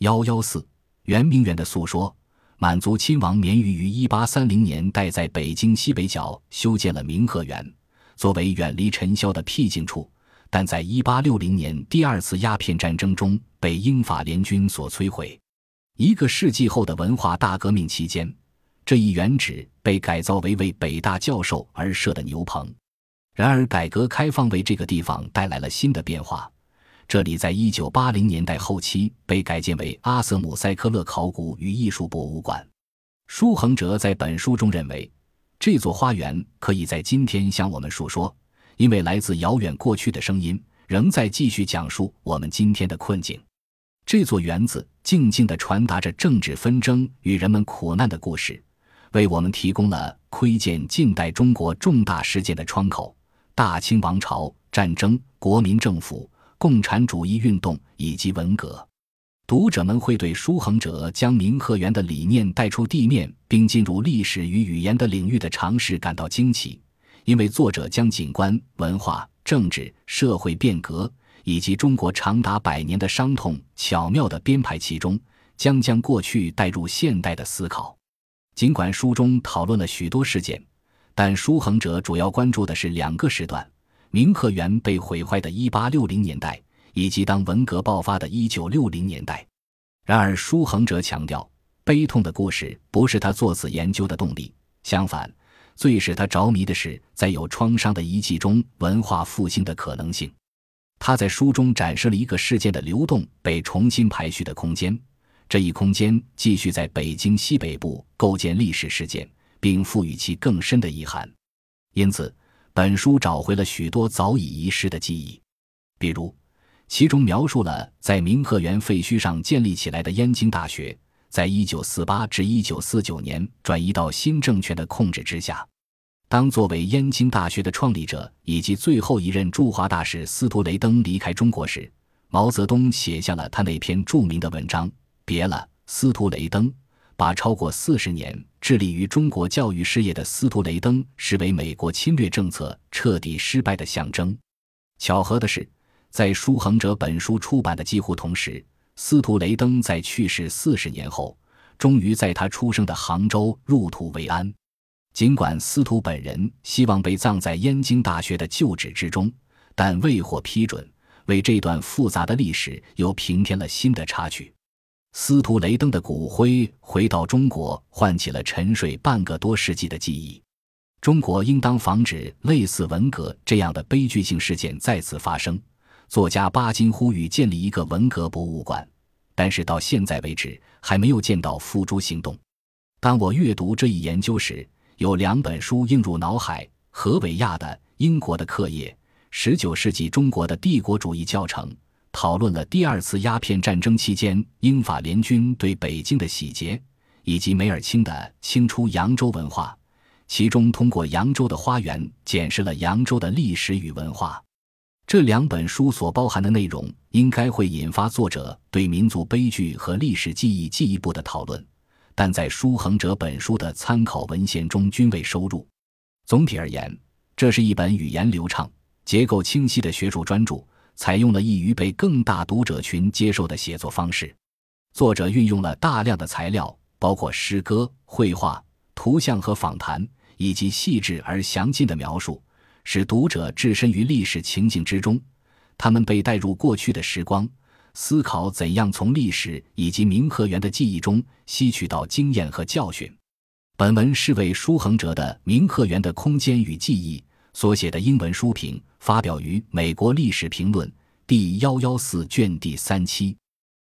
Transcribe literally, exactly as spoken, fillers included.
一一四圆明园的诉说，满族亲王绵余于一八三零年代在北京西北角修建了明和园，作为远离尘嚣的僻静处，但在一八六零年第二次鸦片战争中被英法联军所摧毁。一个世纪后的文化大革命期间，这一原址被改造为为北大教授而设的牛棚。然而改革开放为这个地方带来了新的变化，这里在一九八零年代后期被改建为阿瑟姆塞科勒考古与艺术博物馆。舒恒哲在本书中认为，这座花园可以在今天向我们述说，因为来自遥远过去的声音仍在继续讲述我们今天的困境。这座园子静静地传达着政治纷争与人们苦难的故事，为我们提供了窥见近代中国重大事件的窗口，大清王朝、战争、国民政府、共产主义运动以及文革。读者们会对舒恒哲将明和园的理念带出地面并进入历史与语言的领域的尝试感到惊奇，因为作者将景观、文化、政治、社会变革以及中国长达百年的伤痛巧妙地编排其中，将将过去带入现代的思考。尽管书中讨论了许多事件，但舒恒哲主要关注的是两个时段：明和园被毁坏的一八六零年代，以及当文革爆发的一九六零年代。然而舒恒哲强调，悲痛的故事不是他做此研究的动力，相反，最使他着迷的是在有创伤的遗迹中文化复兴的可能性。他在书中展示了一个事件的流动被重新排序的空间，这一空间继续在北京西北部构建历史事件，并赋予其更深的意涵。因此本书找回了许多早已遗失的记忆，比如其中描述了在明和园废墟上建立起来的燕京大学，在一九四八至一九四九年转移到新政权的控制之下。当作为燕京大学的创立者以及最后一任驻华大使司徒雷登离开中国时，毛泽东写下了他那篇著名的文章，别了，司徒雷登，把超过四十年致力于中国教育事业的司徒雷登视为美国侵略政策彻底失败的象征。巧合的是，在舒恒哲本书出版的几乎同时，司徒雷登在去世四十年后，终于在他出生的杭州入土为安。尽管司徒本人希望被葬在燕京大学的旧址之中，但未获批准，为这段复杂的历史又平添了新的插曲。司徒雷登的骨灰回到中国，唤起了沉睡半个多世纪的记忆。中国应当防止类似文革这样的悲剧性事件再次发生。作家巴金呼吁建立一个文革博物馆，但是到现在为止还没有见到付诸行动。当我阅读这一研究时，有两本书映入脑海：何伟亚的《英国的课业》，十九世纪中国的帝国主义教程，讨论了第二次鸦片战争期间英法联军对北京的洗劫，以及梅尔钦的《清出扬州文化》，其中通过扬州的花园检视了扬州的历史与文化。这两本书所包含的内容应该会引发作者对民族悲剧和历史记忆进一步的讨论，但在舒恒哲本书的参考文献中均未收入。总体而言，这是一本语言流畅、结构清晰的学术专著，采用了易于被更大读者群接受的写作方式。作者运用了大量的材料，包括诗歌、绘画、图像和访谈，以及细致而详尽的描述，使读者置身于历史情境之中，他们被带入过去的时光，思考怎样从历史以及明和园的记忆中吸取到经验和教训。本文是为舒恒哲的《明和园的空间与记忆》所写的英文书评，发表于《美国历史评论》第一一四卷第三期。